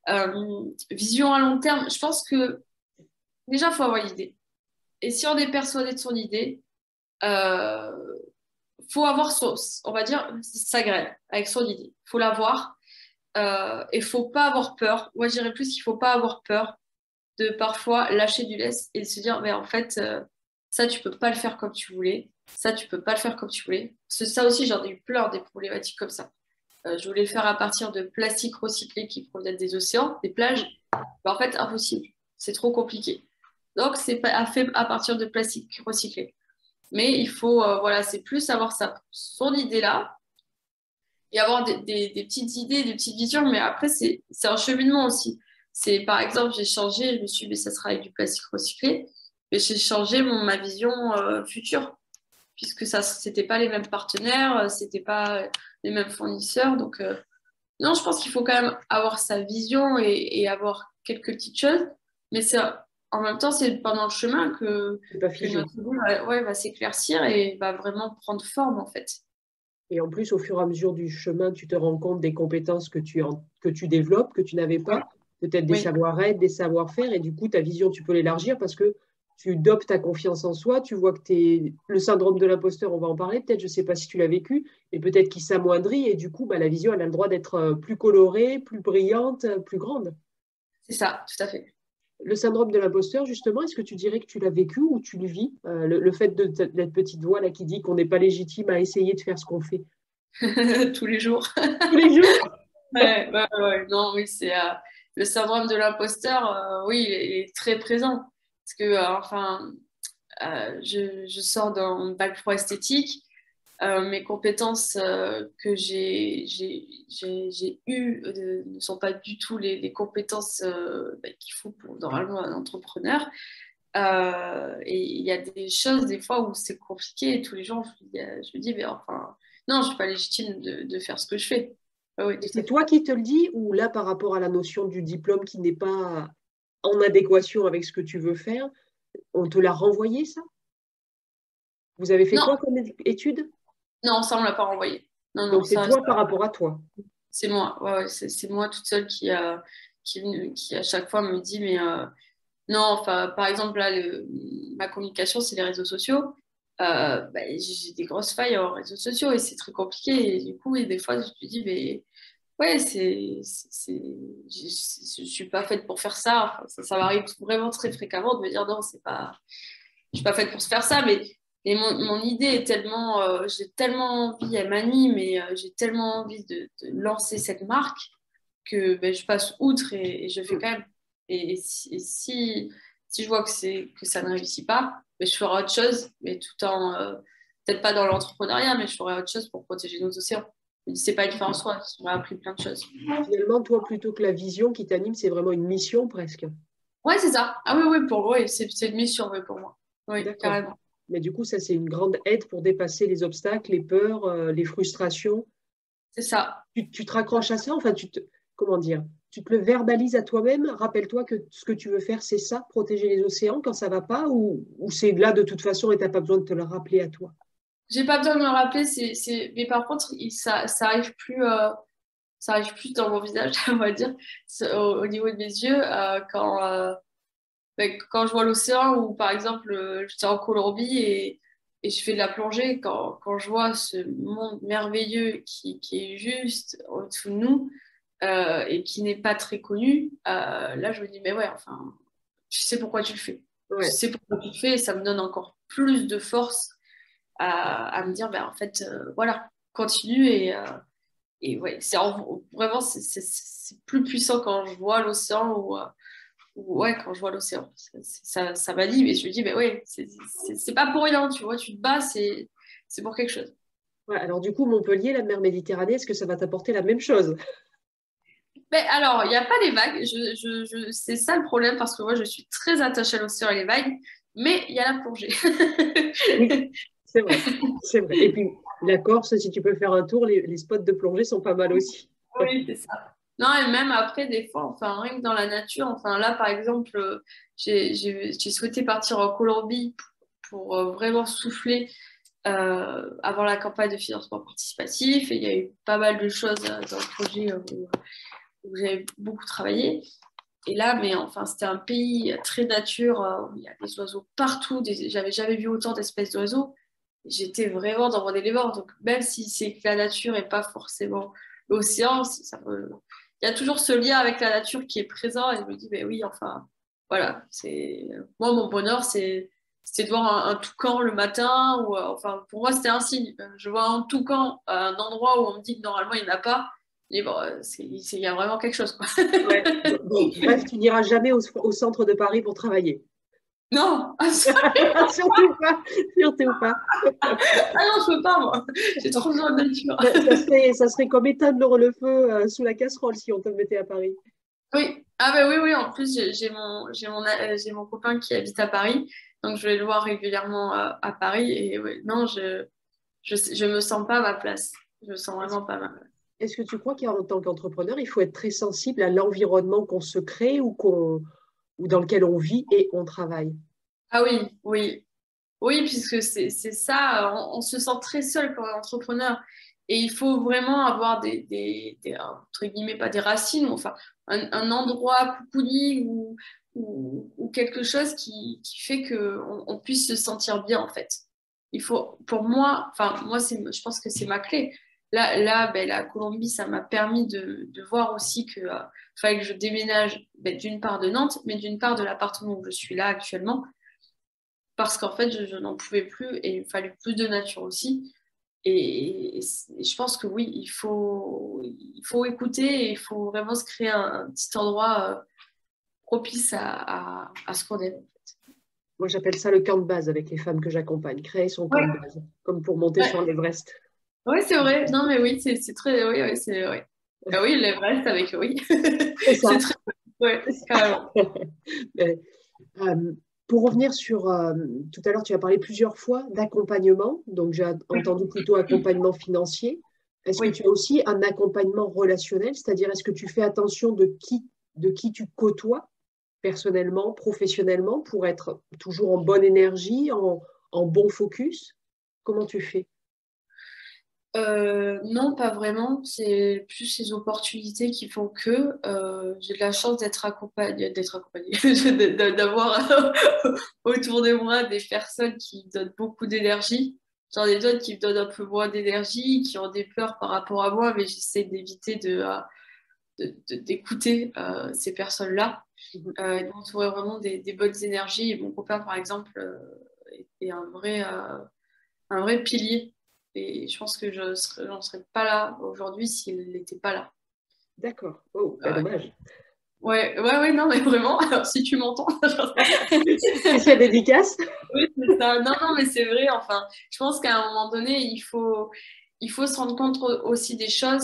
Vision à long terme, je pense que déjà, il faut avoir une idée. Et si on est persuadé de son idée, euh, faut avoir on va dire, sa graine avec son idée. Faut l'avoir. Et faut pas avoir peur. Moi, je dirais plus qu'il faut pas avoir peur de parfois lâcher du lest et de se dire, mais en fait, ça, tu peux pas le faire comme tu voulais. Ça, tu peux pas le faire comme tu voulais. Parce que ça aussi, j'en ai eu plein des problématiques comme ça. Je voulais le faire à partir de plastique recyclé qui proviennent des océans, des plages. En fait, impossible. C'est trop compliqué. Donc, c'est fait à partir de plastique recyclé. Mais il faut, voilà, c'est plus avoir son idée là et avoir des petites idées, des petites visions. Mais après, c'est un cheminement aussi. C'est, par exemple, j'ai changé, je me suis dit, mais ça sera avec du plastique recyclé. Mais j'ai changé ma vision future, puisque ça, c'était pas les mêmes partenaires, c'était pas les mêmes fournisseurs. Donc, non, je pense qu'il faut quand même avoir sa vision et avoir quelques petites choses. Mais en même temps, c'est pendant le chemin C'est pas que figé. notre goût va s'éclaircir et va vraiment prendre forme, en fait. Et en plus, au fur et à mesure du chemin, tu te rends compte des compétences que tu développes, que tu n'avais Oui, pas, peut-être des oui, savoir-être, des savoir-faire, et du coup, ta vision, tu peux l'élargir parce que tu dopes ta confiance en soi, tu vois que le syndrome de l'imposteur, on va en parler, peut-être, je ne sais pas si tu l'as vécu, mais peut-être qu'il s'amoindrit, et du coup, bah, la vision, elle a le droit d'être plus colorée, plus brillante, plus grande. c'est ça, tout à fait. Le syndrome de l'imposteur, justement, est-ce que tu dirais que tu l'as vécu ou tu le vis? Le fait d'être petite voix là, qui dit qu'on n'est pas légitime à essayer de faire ce qu'on fait Tous les jours. tous les jours? Ouais, ouais, ouais. Non, oui, c'est le syndrome de l'imposteur, oui, il est très présent. Parce que, enfin, je sors d'un bac pro esthétique. Mes compétences que j'ai eues ne sont pas du tout les compétences qu'il faut pour normalement un entrepreneur. Et il y a des choses des fois où c'est compliqué et tous les jours je me dis mais enfin non je suis pas légitime de faire ce que je fais. Ah oui, Et tout à c'est fait. toi qui te le dis ou là, par rapport à la notion du diplôme qui n'est pas en adéquation avec ce que tu veux faire, on te l'a renvoyé, ça? Vous avez fait Non, quoi comme étude? non, ça on l'a pas renvoyé. Non, non, Donc, c'est ça toi par rapport à toi. c'est moi. Ouais, ouais, c'est moi toute seule qui à chaque fois me dit mais non, enfin, par exemple, là, ma communication, c'est les réseaux sociaux. Bah, j'ai des grosses failles en réseaux sociaux et c'est très compliqué. Et du coup, et des fois, je me dis, mais ouais, je suis pas faite pour faire ça. Enfin, ça m'arrive vraiment très fréquemment de me dire, non, je suis pas faite pour se faire ça. Mais mon idée est tellement, j'ai tellement envie, elle m'anime et j'ai tellement envie de lancer cette marque que ben, je passe outre et je fais Mm. quand même. Si je vois que ça ne réussit pas, ben, je ferai autre chose, mais tout en, peut-être pas dans l'entrepreneuriat, mais je ferai autre chose pour protéger nos océans. C'est pas une fin en soi, ça m'a appris plein de choses. Finalement, toi, plutôt que la vision qui t'anime, c'est vraiment une mission presque. Ouais, c'est ça. Ah oui, oui, oui, c'est une mission oui, pour moi. Oui, D'accord. carrément. Mais du coup, ça, c'est une grande aide pour dépasser les obstacles, les peurs, les frustrations. C'est ça. Tu te raccroches à ça, enfin, comment dire, tu te le verbalises à toi-même. Rappelle-toi que ce que tu veux faire, c'est ça, protéger les océans quand ça va pas, ou c'est là de toute façon et tu n'as pas besoin de te le rappeler à toi. J'ai pas besoin de me le rappeler, mais par contre, ça arrive plus dans mon visage, on va dire, au niveau de mes yeux, quand je vois l'océan ou par exemple, j'étais en Colombie et je fais de la plongée, quand je vois ce monde merveilleux qui est juste au-dessous de nous et qui n'est pas très connu, là je me dis, mais ouais, enfin, tu sais pourquoi tu le fais. Tu Ouais. sais pourquoi tu le fais et ça me donne encore plus de force à me dire, ben, en fait, voilà, continue et ouais, vraiment, c'est plus puissant quand je vois l'océan ouais, quand je vois l'océan, ça m'anime et je me dis, mais ouais, c'est pas pour rien, tu vois, tu te bats, c'est pour quelque chose. Ouais, alors du coup, Montpellier, la mer Méditerranée, est-ce que ça va t'apporter la même chose? Mais alors, il n'y a pas les vagues, c'est ça le problème parce que moi, je suis très attachée à l'océan et les vagues, mais il y a la plongée. Oui, c'est vrai. C'est vrai. Et puis, la Corse, si tu peux faire un tour, les spots de plongée sont pas mal aussi. Oui, c'est ça. Non, et même après, des fois, enfin, rien que dans la nature, enfin, là, par exemple, j'ai souhaité partir en Colombie pour vraiment souffler avant la campagne de financement participatif. Et il y a eu pas mal de choses dans le projet où j'avais beaucoup travaillé. Et là, mais enfin, c'était un pays très nature, où il y a des oiseaux partout. J'avais jamais vu autant d'espèces d'oiseaux. J'étais vraiment dans mon élément. Donc, même si c'est que la nature et pas forcément l'océan, il y a toujours ce lien avec la nature qui est présent. Et je me dis, mais oui, enfin, voilà. Moi, mon bonheur, c'était de voir un toucan le matin. Ou, enfin, pour moi, c'était un signe. Je vois un toucan à un endroit où on me dit que normalement, il n'y en a pas. Et bon, il y a vraiment quelque chose, quoi. Ouais. Bon, bref, tu n'iras jamais au centre de Paris pour travailler. Non, Surtout pas, surtout pas. ah non, je peux pas, moi. J'ai trop besoin de nature. Ça serait comme éteindre le feu sous la casserole si on te mettait à Paris. Oui, ah bah oui, oui, en plus, j'ai mon copain qui habite à Paris, donc je vais le voir régulièrement à Paris. Et ouais, non, je me sens pas à ma place. Je me sens Est-ce vraiment pas à ma place. est-ce que tu crois qu'en tant qu'entrepreneur, il faut être très sensible à l'environnement qu'on se crée ou dans lequel on vit et on travaille? Ah oui, oui. Oui, puisque c'est ça, on se sent très seul quand on est entrepreneur. Et il faut vraiment avoir entre guillemets, pas des racines, mais enfin, un endroit cocooning ou quelque chose qui fait qu'on puisse se sentir bien, en fait. Il faut, pour moi, enfin, moi, je pense que c'est ma clé. Là ben, la Colombie, ça m'a permis de voir aussi que fallait que je déménage ben, d'une part de Nantes, mais d'une part de l'appartement où je suis là actuellement parce qu'en fait, je n'en pouvais plus et il fallait plus de nature aussi. Et je pense que oui, il faut écouter et il faut vraiment se créer un petit endroit propice à ce qu'on aime. Moi, j'appelle ça le camp de base avec les femmes que j'accompagne, créer son camp de Ouais, base, comme pour monter sur ouais, l'Everest. ouais, c'est vrai. Non, mais oui, c'est très. Oui, oui, c'est vrai. Ah oui, l'Everest avec oui. C'est C'est ça. très. Ouais, carrément. Mais, euh, pour revenir sur, tout à l'heure, tu as parlé plusieurs fois d'accompagnement, donc j'ai entendu plutôt accompagnement financier. Est-ce que Oui. tu as aussi un accompagnement relationnel, c'est-à-dire est-ce que tu fais attention de qui tu côtoies personnellement, professionnellement, pour être toujours en bonne énergie, en bon focus? Comment tu fais? Non, pas vraiment. C'est plus ces opportunités qui font que j'ai de la chance d'être accompagnée, d'avoir autour de moi des personnes qui me donnent beaucoup d'énergie. J'en ai d'autres qui me donnent un peu moins d'énergie, qui ont des peurs par rapport à moi, mais j'essaie d'éviter d'écouter ces personnes-là Mhm. et de m'entourer vraiment des bonnes énergies. Et mon copain, par exemple, est un vrai pilier. Et je pense que j'en serais pas là aujourd'hui s'il n'était pas là. D'accord. Oh, bah, Ouais, dommage. ouais, non, mais vraiment, alors si tu m'entends, Spéciale dédicace. oui, c'est ça. Non, non, mais c'est vrai, enfin, je pense qu'à un moment donné, il faut se rendre compte aussi des choses,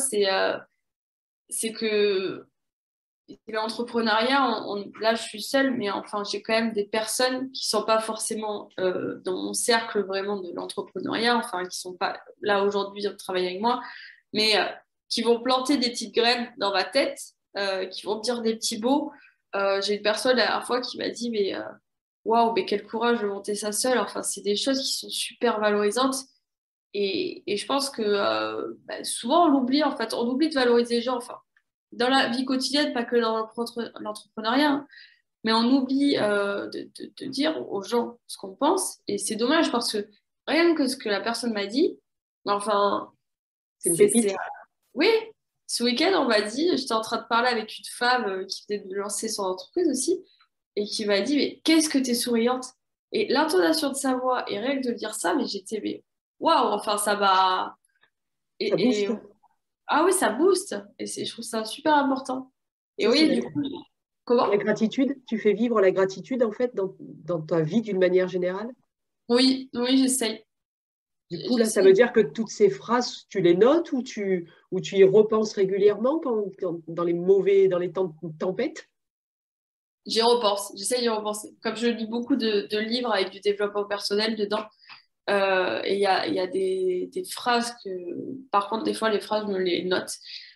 c'est que l'entrepreneuriat, là, je suis seule, mais enfin, j'ai quand même des personnes qui sont pas forcément dans mon cercle vraiment de l'entrepreneuriat, enfin, qui sont pas là aujourd'hui de travailler avec moi, mais qui vont planter des petites graines dans ma tête, qui vont me dire des petits mots. J'ai une personne la dernière fois qui m'a dit, mais waouh, mais quel courage de monter ça seule. Enfin, c'est des choses qui sont super valorisantes. Et je pense que bah, souvent on l'oublie en fait, on oublie de valoriser les gens. Enfin, dans la vie quotidienne, pas que dans l'entrepreneuriat, hein, mais on oublie de dire aux gens ce qu'on pense. Et c'est dommage parce que rien que ce que la personne m'a dit, enfin, C'est une c'est... pépite. Oui, ce week-end, on m'a dit, j'étais en train de parler avec une femme qui venait de lancer son entreprise aussi, et qui m'a dit, mais qu'est-ce que t'es souriante? Et l'intonation de sa voix, et rien que de dire ça, mais j'étais, mais waouh, enfin, ça m'a... Ça booste. Ah oui, ça booste. Et je trouve ça super important. Et Ça, c'est oui, du coup, la comment? gratitude. Tu fais vivre la gratitude, en fait, dans ta vie d'une manière générale. Oui, oui, j'essaye. Du coup, là, ça veut J'essaye. dire que toutes ces phrases, tu les notes ou tu y repenses régulièrement dans les dans les temps de tempête? J'y repense. J'essaye d'y repenser. Comme je lis beaucoup de livres avec du développement personnel dedans, et il y a des phrases que, par contre, des fois, les phrases, je me les note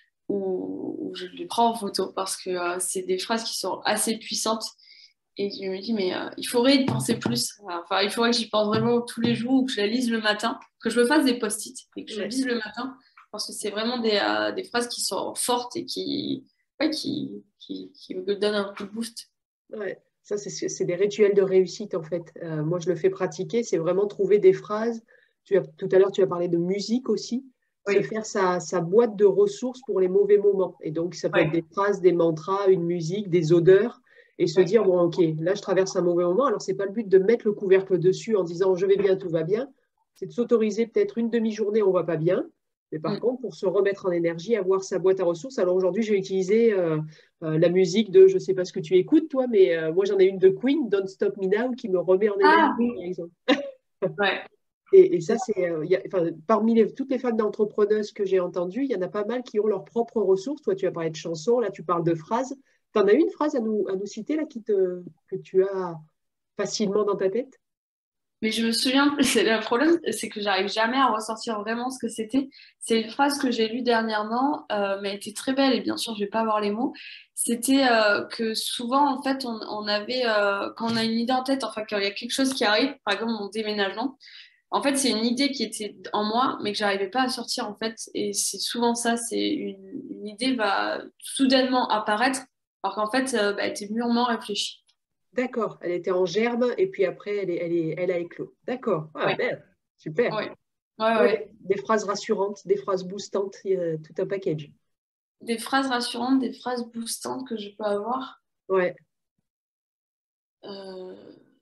ou je les prends en photo parce que c'est des phrases qui sont assez puissantes. Et je me dis, mais il faudrait y penser plus. Enfin, il faudrait que j'y pense vraiment tous les jours ou que je la lise le matin, que je me fasse des post-it et que je Ouais. lise le matin parce que c'est vraiment des phrases qui sont fortes et ouais, qui me donnent un coup de boost. Ouais. Ça, c'est des rituels de réussite, en fait. Moi, je le fais pratiquer. C'est vraiment trouver des phrases. Tout à l'heure, tu as parlé de musique aussi. Se Oui, faire sa boîte de ressources pour les mauvais moments. Et donc, ça peut être ouais, des phrases, des mantras, une musique, des odeurs. et se dire, bon, ok, là, je traverse un mauvais moment. Alors, c'est pas le but de mettre le couvercle dessus en disant, je vais bien, tout va bien. C'est de s'autoriser peut-être une demi-journée, on va pas bien. Mais par contre, pour se remettre en énergie, avoir sa boîte à ressources. Alors aujourd'hui, j'ai utilisé la musique de, je ne sais pas ce que tu écoutes, toi, mais moi, j'en ai une de Queen, Don't Stop Me Now, qui me remet en énergie, Ah oui, par exemple. ouais. Et ça, c'est, enfin, parmi toutes les femmes d'entrepreneuses que j'ai entendues, il y en a pas mal qui ont leurs propres ressources. Toi, tu as parlé de chansons, là, tu parles de phrases. Tu en as une phrase à nous citer, là, que tu as facilement dans ta tête? Mais je me souviens, le problème, c'est que j'arrive jamais à ressortir vraiment ce que c'était. C'est une phrase que j'ai lue dernièrement, mais elle était très belle et bien sûr, je vais pas avoir les mots. C'était que souvent, en fait, on avait, quand on a une idée en tête, enfin, quand il y a quelque chose qui arrive, par exemple mon déménagement, en fait, c'est une idée qui était en moi, mais que j'arrivais pas à sortir, en fait. Et c'est souvent ça, c'est une idée va soudainement apparaître, alors qu'en fait, bah, elle était mûrement réfléchie. D'accord, elle était en germe et puis après, elle a éclos. D'accord, ah, Ouais, belle, super. ouais, ouais, Ouais, ouais. des phrases rassurantes, des phrases boostantes, il y a tout un package. Des phrases rassurantes, des phrases boostantes que je peux avoir. Ouais. Euh...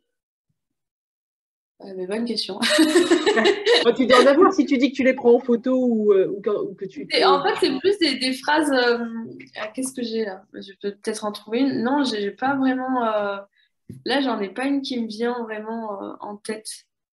mais bonne question. Oh, tu dois en avoir si tu dis que tu les prends en photo ou que tu En te... fait, c'est plus des phrases. Qu'est-ce que j'ai là? Je peux peut-être en trouver une. Non, j'ai pas vraiment. Là, j'en ai pas une qui me vient vraiment en tête.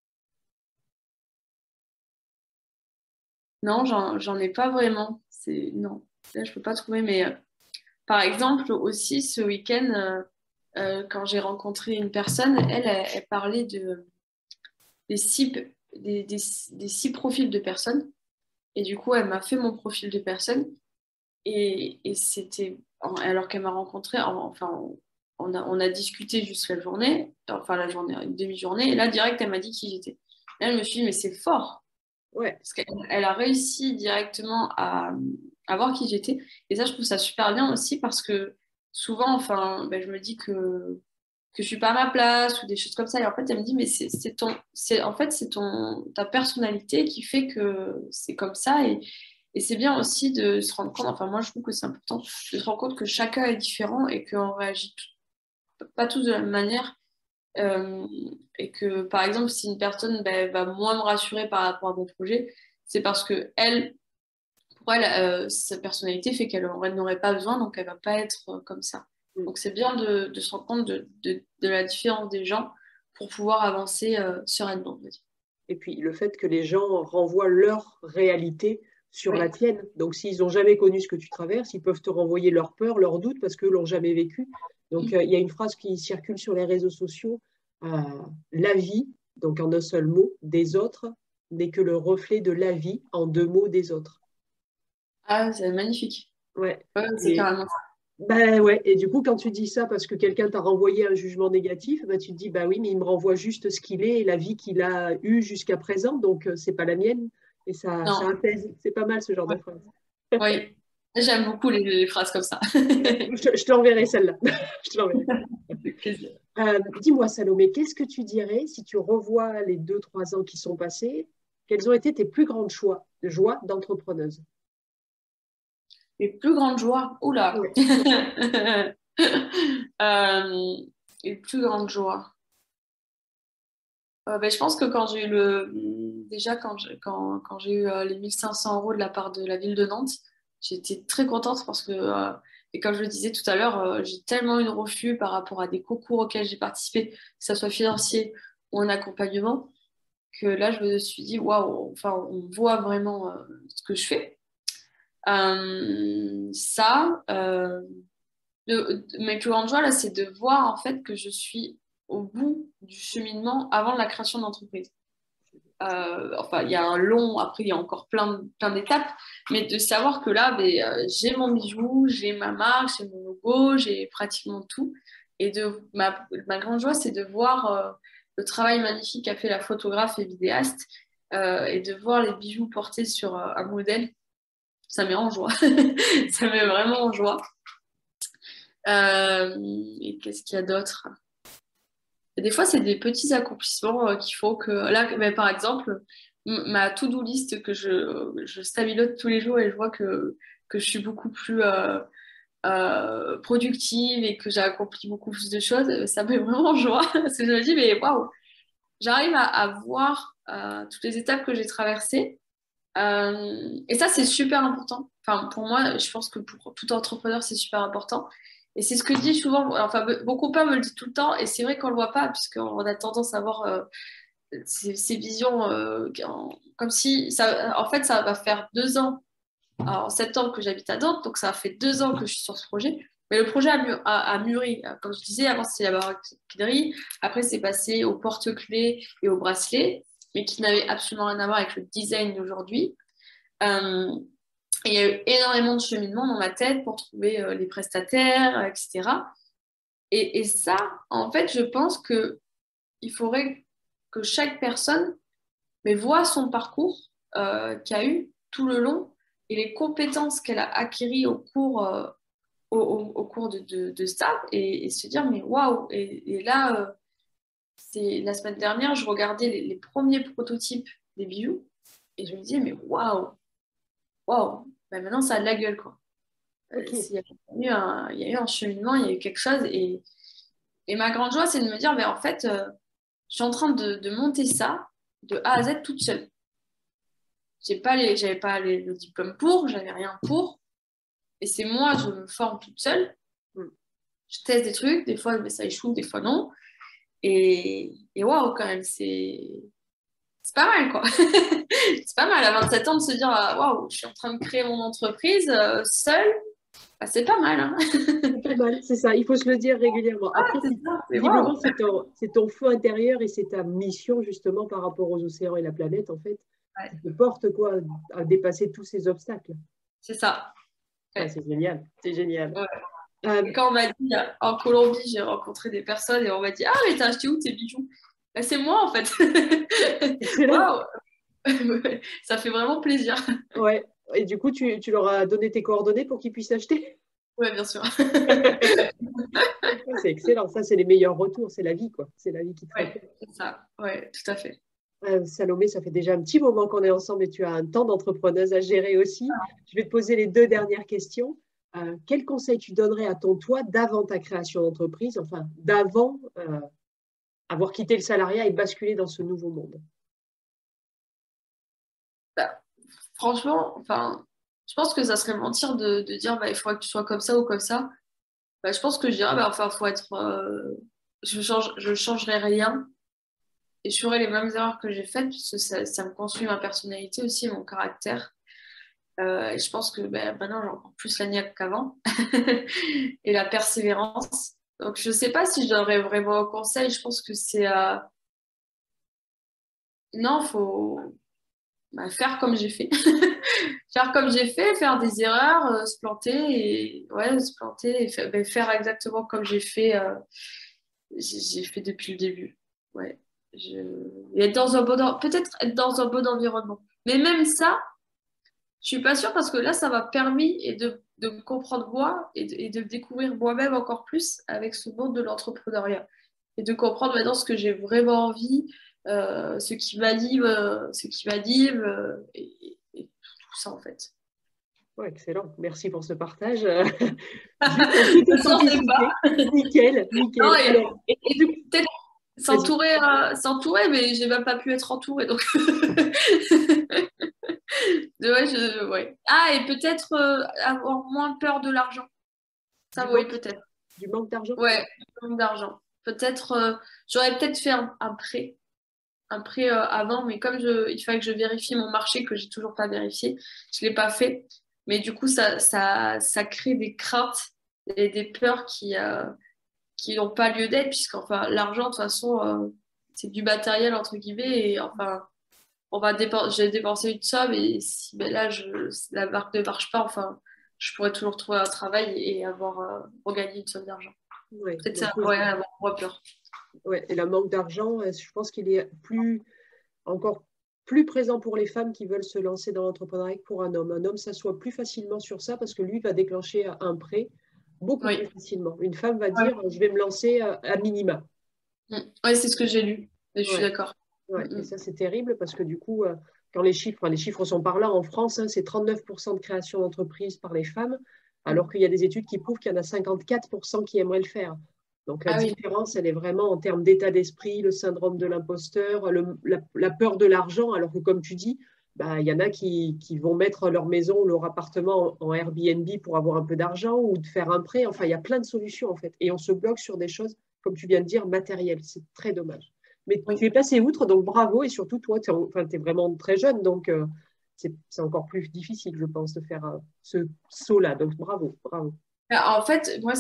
Non, j'en ai pas vraiment. Non, là, je peux pas trouver. Mais par exemple, aussi ce week-end, quand j'ai rencontré une personne, elle parlait des six, des six profils de personnes. Et du coup, elle m'a fait mon profil de personne. Et c'était, alors qu'elle m'a rencontré, enfin, on a discuté juste la journée, enfin la journée, une demi-journée. Et là, direct, elle m'a dit qui j'étais. Là, je me suis dit, mais c'est fort. Ouais, Parce qu'elle a réussi directement à voir qui j'étais. Et ça, je trouve ça super bien aussi parce que souvent, enfin, ben, je me dis que je suis pas à ma place ou des choses comme ça. Et en fait, elle me dit, mais en fait, c'est ta personnalité qui fait que c'est comme ça. Et c'est bien aussi de se rendre compte, enfin, moi, je trouve que c'est important de se rendre compte que chacun est différent et qu'on réagit pas tous de la même manière. Euh, et que, par exemple, si une personne ben, va moins me rassurer par rapport à mon projet, c'est parce que elle, pour elle, sa personnalité fait qu'elle n'aurait pas besoin, donc elle va pas être comme ça. Donc c'est bien de se rendre compte de la différence des gens pour pouvoir avancer sereinement, on va dire. et puis le fait que les gens renvoient leur réalité sur la Oui. tienne. Donc s'ils n'ont jamais connu ce que tu traverses, ils peuvent te renvoyer leurs peurs, leurs doutes parce qu'ils l'ont jamais vécu. Donc il y a une phrase qui circule sur les réseaux sociaux, euh, la vie, donc en un seul mot, des autres n'est que le reflet de la vie en deux mots des autres. Ah, c'est magnifique. Ouais. Ouais, c'est Et carrément ça. ben ouais. Et du coup, quand tu dis ça parce que quelqu'un t'a renvoyé un jugement négatif, ben tu te dis bah oui, mais il me renvoie juste ce qu'il est et la vie qu'il a eue jusqu'à présent, donc c'est pas la mienne. Et ça Non, apaise. C'est pas mal ce genre de ouais. phrase. Oui. J'aime beaucoup les phrases comme ça. Je te l'enverrai celle-là. Je te l'enverrai. Avec plaisir. Dis-moi, Salomé, qu'est-ce que tu dirais si tu revois les 2, 3 ans qui sont passés? Quelles ont été tes plus grandes joies d'entrepreneuse? Les plus grandes joies. Oula. Ouais. Euh, les plus grandes joies. Ben, je pense que quand j'ai eu déjà quand j'ai eu les 1 500 € de la part de la ville de Nantes, j'étais très contente parce que, et comme je le disais tout à l'heure, j'ai tellement eu de refus par rapport à des concours auxquels j'ai participé, que ce soit financier ou en accompagnement, que là, je me suis dit, waouh, enfin, on voit vraiment ce que je fais. Ça, mes plus grandes joies, là, c'est de voir en fait que je suis au bout du cheminement avant la création d'entreprise. Enfin, il y a un long, après, il y a encore plein d'étapes, mais de savoir que là, ben, j'ai mon bijou, j'ai ma marque, j'ai mon logo, j'ai pratiquement tout. Et ma grande joie, c'est de voir le travail magnifique qu'a fait la photographe et vidéaste et de voir les bijoux portés sur un modèle. Ça met en joie. Ça met vraiment en joie. Et qu'est-ce qu'il y a d'autre? Et des fois, c'est des petits accomplissements qu'il faut que. Là, mais par exemple, ma to-do list que je stabilote tous les jours et je vois que je suis beaucoup plus productive et que j'ai accompli beaucoup plus de choses, ça me met vraiment en joie. Parce que je me dis, mais waouh, j'arrive à voir toutes les étapes que j'ai traversées. Et ça, c'est super important. Enfin, pour moi, je pense que pour tout entrepreneur, c'est super important. Et c'est ce que je dis souvent, enfin, mon copain me le dit tout le temps, et c'est vrai qu'on le voit pas, puisqu'on a tendance à voir ces visions comme si, ça, en fait, ça va faire 2 ans, en septembre, que j'habite à Nantes, donc ça fait 2 ans que je suis sur ce projet. Mais le projet a mûri. Comme je disais, avant, c'était la baraquerie, après, c'est passé au porte-clés et au bracelet, mais qui n'avait absolument rien à voir avec le design d'aujourd'hui. Euh, et il y a eu énormément de cheminement dans ma tête pour trouver les prestataires, etc. Et ça, en fait, je pense qu'il faudrait que chaque personne mais voit son parcours qu'il a eu tout le long et les compétences qu'elle a acquises au cours de ça et se dire, mais waouh! Et là, c'est la semaine dernière, je regardais les premiers prototypes des bijoux et je me disais, mais waouh! Waouh! Ben maintenant, ça a de la gueule, quoi. Ok. Il y a eu un cheminement, il y a eu quelque chose. Et ma grande joie, c'est de me dire, mais en fait, je suis en train de monter ça de A à Z toute seule. J'avais pas le diplôme pour, j'avais rien pour. Et c'est moi, je me forme toute seule. Mm. Je teste des trucs, des fois ça échoue, des fois non. Et waouh, quand même, c'est pas mal, quoi. C'est pas mal à 27 ans de se dire, waouh, je suis en train de créer mon entreprise seule. Bah, c'est pas mal, hein. C'est pas mal, c'est ça, il faut se le dire régulièrement. Après, C'est ça, c'est visiblement, waouh. c'est ton feu intérieur et c'est ta mission justement par rapport aux océans et la planète, en fait, Ouais, qui te porte quoi, à dépasser tous ces obstacles. c'est ça. Ah, Ouais, c'est génial, c'est génial. ouais. Euh, Et quand on m'a dit, en Colombie, j'ai rencontré des personnes et on m'a dit, ah, mais t'as acheté où tes bijoux? Bah, c'est moi, en fait. excellent. Waouh! Ça fait vraiment plaisir. Ouais. Et du coup, tu leur as donné tes coordonnées pour qu'ils puissent acheter? Ouais, bien sûr. C'est excellent, ça, c'est les meilleurs retours, c'est la vie, quoi. C'est la vie qui te Ouais, répond. c'est ça. Ouais, tout à fait. Salomé, ça fait déjà un petit moment qu'on est ensemble et tu as un temps d'entrepreneuse à gérer aussi. Je vais te poser les deux dernières questions. Quel conseil tu donnerais à ton toi d'avant ta création d'entreprise, enfin d'avant avoir quitté le salariat et basculé dans ce nouveau monde? Bah, franchement, enfin, je pense que ça serait mentir de dire bah, il faudrait que tu sois comme ça ou comme ça. Bah, je pense que je dirais bah, enfin, faut être. Je changerai rien et je ferai les mêmes erreurs que j'ai faites parce que ça me construit ma personnalité aussi, mon caractère. Et je pense que bah, maintenant j'ai encore plus la niaque qu'avant et la persévérance. Donc je sais pas si je donnerais vraiment un conseil. Je pense que c'est non, faut bah, faire comme j'ai fait. Faire comme j'ai fait, faire des erreurs, se planter et ouais, se planter et ben, faire exactement comme j'ai fait depuis le début. Ouais. Et être dans un peut-être être dans un bon environnement. Mais même ça, je suis pas sûre parce que là, ça m'a permis de me comprendre moi et de me découvrir moi-même encore plus avec ce monde de l'entrepreneuriat et de comprendre maintenant ce que j'ai vraiment envie, ce qui m'anime et tout ça en fait. Ouais, excellent, merci pour ce partage. Juste en toute Je ne pensais pas. authenticité. Nickel, Non, nickel. Alors, et du... peut-être vas-y. s'entourer, mais j'ai même pas pu être entourée. Donc, ouais, ouais. Ah, et peut-être avoir moins peur de l'argent. Du Ça, oui, manque, peut-être. du manque d'argent? Ouais, manque d'argent. Peut-être, j'aurais peut-être fait un prêt avant, mais comme il fallait que je vérifie mon marché, que j'ai toujours pas vérifié, je l'ai pas fait. Mais du coup, ça crée des craintes et des peurs qui n'ont pas lieu d'être, puisqu'enfin, l'argent, de toute façon, c'est du matériel, entre guillemets, et enfin, j'ai dépensé une somme, et si ben là, la marque ne marche pas, enfin, je pourrais toujours trouver un travail et avoir regagné une somme d'argent. Ouais, Peut-être ça donc, pourrait avoir moins peur. ouais, et le manque d'argent, je pense qu'il est encore plus présent pour les femmes qui veulent se lancer dans l'entrepreneuriat que pour un homme. Un homme s'assoit plus facilement sur ça parce que lui va déclencher un prêt beaucoup plus Oui. facilement. Une femme va Ouais, dire, je vais me lancer à minima. ouais, c'est ce que j'ai lu, et je suis Ouais, d'accord. ouais. Et Mm. ça, c'est terrible parce que du coup, quand les chiffres sont parlants en France, hein, c'est 39% de création d'entreprises par les femmes. alors qu'il y a des études qui prouvent qu'il y en a 54% qui aimeraient le faire. Donc la Ah oui. différence, elle est vraiment en termes d'état d'esprit, le syndrome de l'imposteur, la peur de l'argent, alors que comme tu dis, bah, il y en a qui vont mettre leur maison ou leur appartement en Airbnb pour avoir un peu d'argent ou de faire un prêt. Enfin, il y a plein de solutions en fait. Et on se bloque sur des choses, comme tu viens de dire, matérielles. C'est très dommage. Mais tu Oui. es passé outre, donc bravo. Et surtout, toi, tu es vraiment très jeune, donc c'est encore plus difficile, je pense, de faire ce saut-là. Donc bravo, bravo. En fait, moi,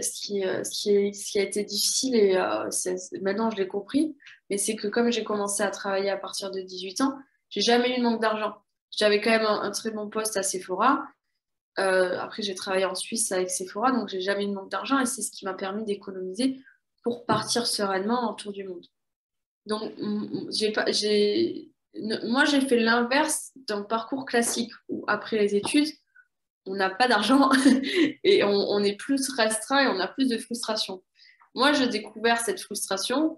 ce qui a été difficile, et maintenant je l'ai compris, mais c'est que comme j'ai commencé à travailler à partir de 18 ans, j'ai jamais eu de manque d'argent. J'avais quand même un très bon poste à Sephora. Après, j'ai travaillé en Suisse avec Sephora, donc j'ai jamais eu de manque d'argent et c'est ce qui m'a permis d'économiser pour partir sereinement en tour du monde. Donc, j'ai pas, moi, j'ai fait l'inverse d'un parcours classique où après les études, on n'a pas d'argent et on est plus restreint et on a plus de frustration. Moi, j'ai découvert cette frustration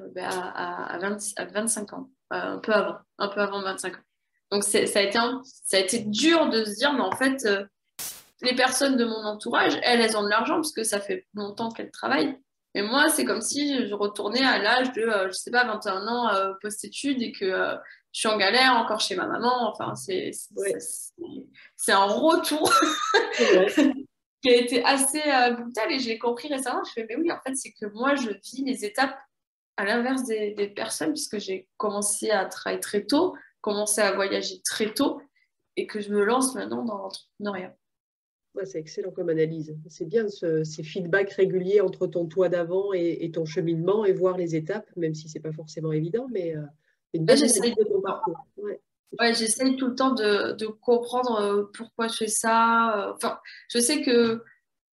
à 25 ans, un peu avant 25 ans. Donc, ça a été dur de se dire, mais en fait, les personnes de mon entourage, elles ont de l'argent parce que ça fait longtemps qu'elles travaillent. Mais moi, c'est comme si je retournais à l'âge de, je sais pas, 21 ans post-études et que je suis en galère encore chez ma maman. Enfin, Ouais, c'est un retour c'est vrai. qui a été assez brutal et j'ai compris récemment. Je fais, mais oui, en fait, c'est que moi, je vis les étapes à l'inverse des personnes puisque j'ai commencé à travailler très tôt, commencé à voyager très tôt et que je me lance maintenant dans l'entrepreneuriat. Ouais, c'est excellent comme analyse. C'est bien ces feedbacks réguliers entre ton toi d'avant et ton cheminement et voir les étapes, même si c'est pas forcément évident, mais une Ouais, bonne analyse de ton parcours. Ouais, ouais, j'essaye tout le temps de comprendre pourquoi je fais ça. Enfin, je sais que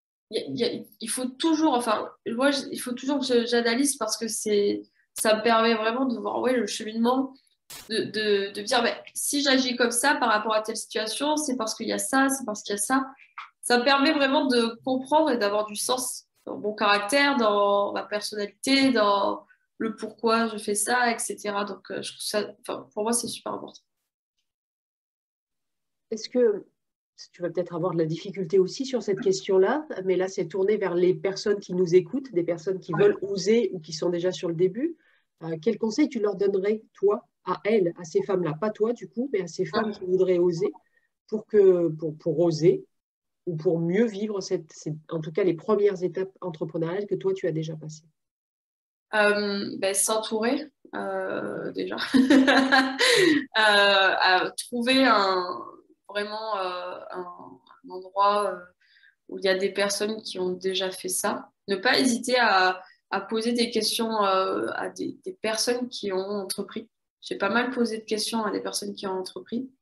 il faut toujours, enfin, moi, il faut toujours que j'analyse parce que ça me permet vraiment de voir ouais, le cheminement, de me dire, ben, si j'agis comme ça par rapport à telle situation, c'est parce qu'il y a ça, c'est parce qu'il y a ça. Ça me permet vraiment de comprendre et d'avoir du sens dans mon caractère, dans ma personnalité, dans le pourquoi je fais ça, etc. Donc, je trouve ça, enfin, pour moi, c'est super important. est-ce que tu vas peut-être avoir de la difficulté aussi sur cette question-là, mais là, c'est tourné vers les personnes qui nous écoutent, des personnes qui veulent oser ou qui sont déjà sur le début. Quel conseil tu leur donnerais, toi, à elles, à ces femmes-là, pas toi du coup, mais à ces femmes qui voudraient oser, pour oser ou pour mieux vivre en tout cas les premières étapes entrepreneuriales que toi, tu as déjà passées? Ben, s'entourer, déjà. Trouver vraiment un endroit où il y a des personnes qui ont déjà fait ça. Ne pas hésiter à poser des questions à des personnes qui ont entrepris. J'ai pas mal posé de questions à des personnes qui ont entrepris.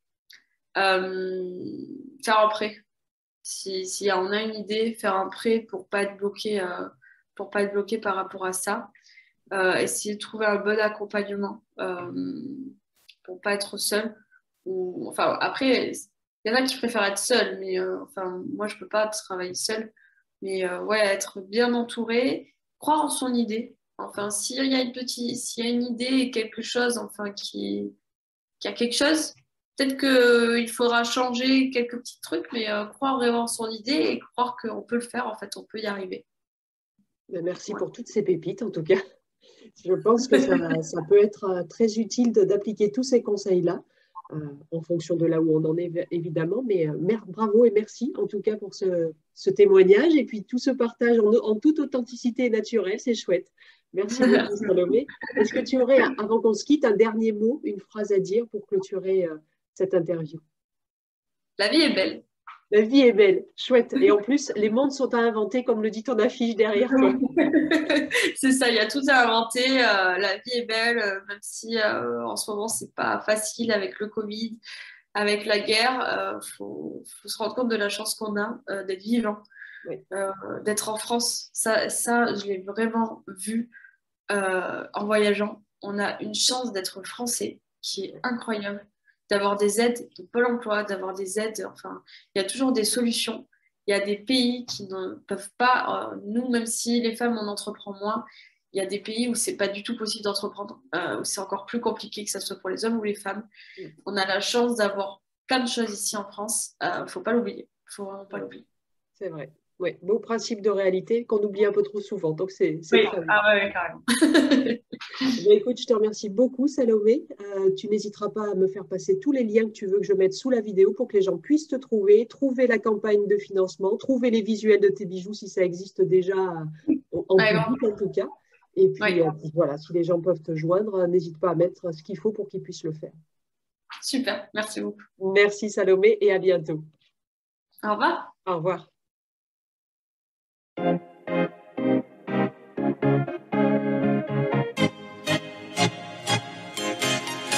Faire un prêt. Si on a une idée, faire un prêt pour pas être bloqué par rapport à ça. Essayer de trouver un bon accompagnement pour pas être seul. Enfin, après, il y en a qui préfèrent être seul, mais enfin, moi, je peux pas travailler seul. Mais ouais, être bien entouré, croire en son idée. Enfin, s'il y a une idée, quelque chose, enfin, qui a quelque chose, peut-être qu'il faudra changer quelques petits trucs, mais croire vraiment en son idée et croire qu'on peut le faire, en fait, on peut y arriver. Ben, merci Ouais. pour toutes ces pépites, en tout cas. Je pense que ça peut être très utile d'appliquer tous ces conseils-là, en fonction de là où on en est, évidemment. Mais bravo et merci, en tout cas, pour ce témoignage et puis tout ce partage en toute authenticité et naturelle. C'est chouette. Merci beaucoup, Merci. Salomé. Est-ce que tu aurais, avant qu'on se quitte, un dernier mot, une phrase à dire pour clôturer cette interview? La vie est belle. La vie est belle, chouette. Et en plus, les mondes sont à inventer, comme le dit ton affiche derrière toi. C'est ça, il y a tout à inventer. La vie est belle, même si en ce moment, c'est pas facile avec le Covid, avec la guerre. Faut se rendre compte de la chance qu'on a d'être vivant, Oui. d'être en France. Ça, je l'ai vraiment vu en voyageant. On a une chance d'être français qui est incroyable, d'avoir des aides de Pôle emploi, d'avoir des aides. Enfin, il y a toujours des solutions. Il y a des pays qui ne peuvent pas, nous, même si les femmes, on entreprend moins, il y a des pays où c'est pas du tout possible d'entreprendre, où c'est encore plus compliqué que ce soit pour les hommes ou les femmes. On a la chance d'avoir plein de choses ici en France. Faut pas l'oublier. Faut vraiment pas l'oublier. C'est vrai. Oui, beau principe de réalité qu'on oublie un peu trop souvent. Donc, c'est Oui, très bien. ah ouais, carrément. Écoute, je te remercie beaucoup, Salomé. Tu n'hésiteras pas à me faire passer tous les liens que tu veux que je mette sous la vidéo pour que les gens puissent te trouver, trouver la campagne de financement, trouver les visuels de tes bijoux si ça existe déjà en Ouais, public en tout cas. Et puis, ouais. voilà, si les gens peuvent te joindre, n'hésite pas à mettre ce qu'il faut pour qu'ils puissent le faire. Super, merci beaucoup. Merci, Salomé, et à bientôt. Au revoir. Au revoir.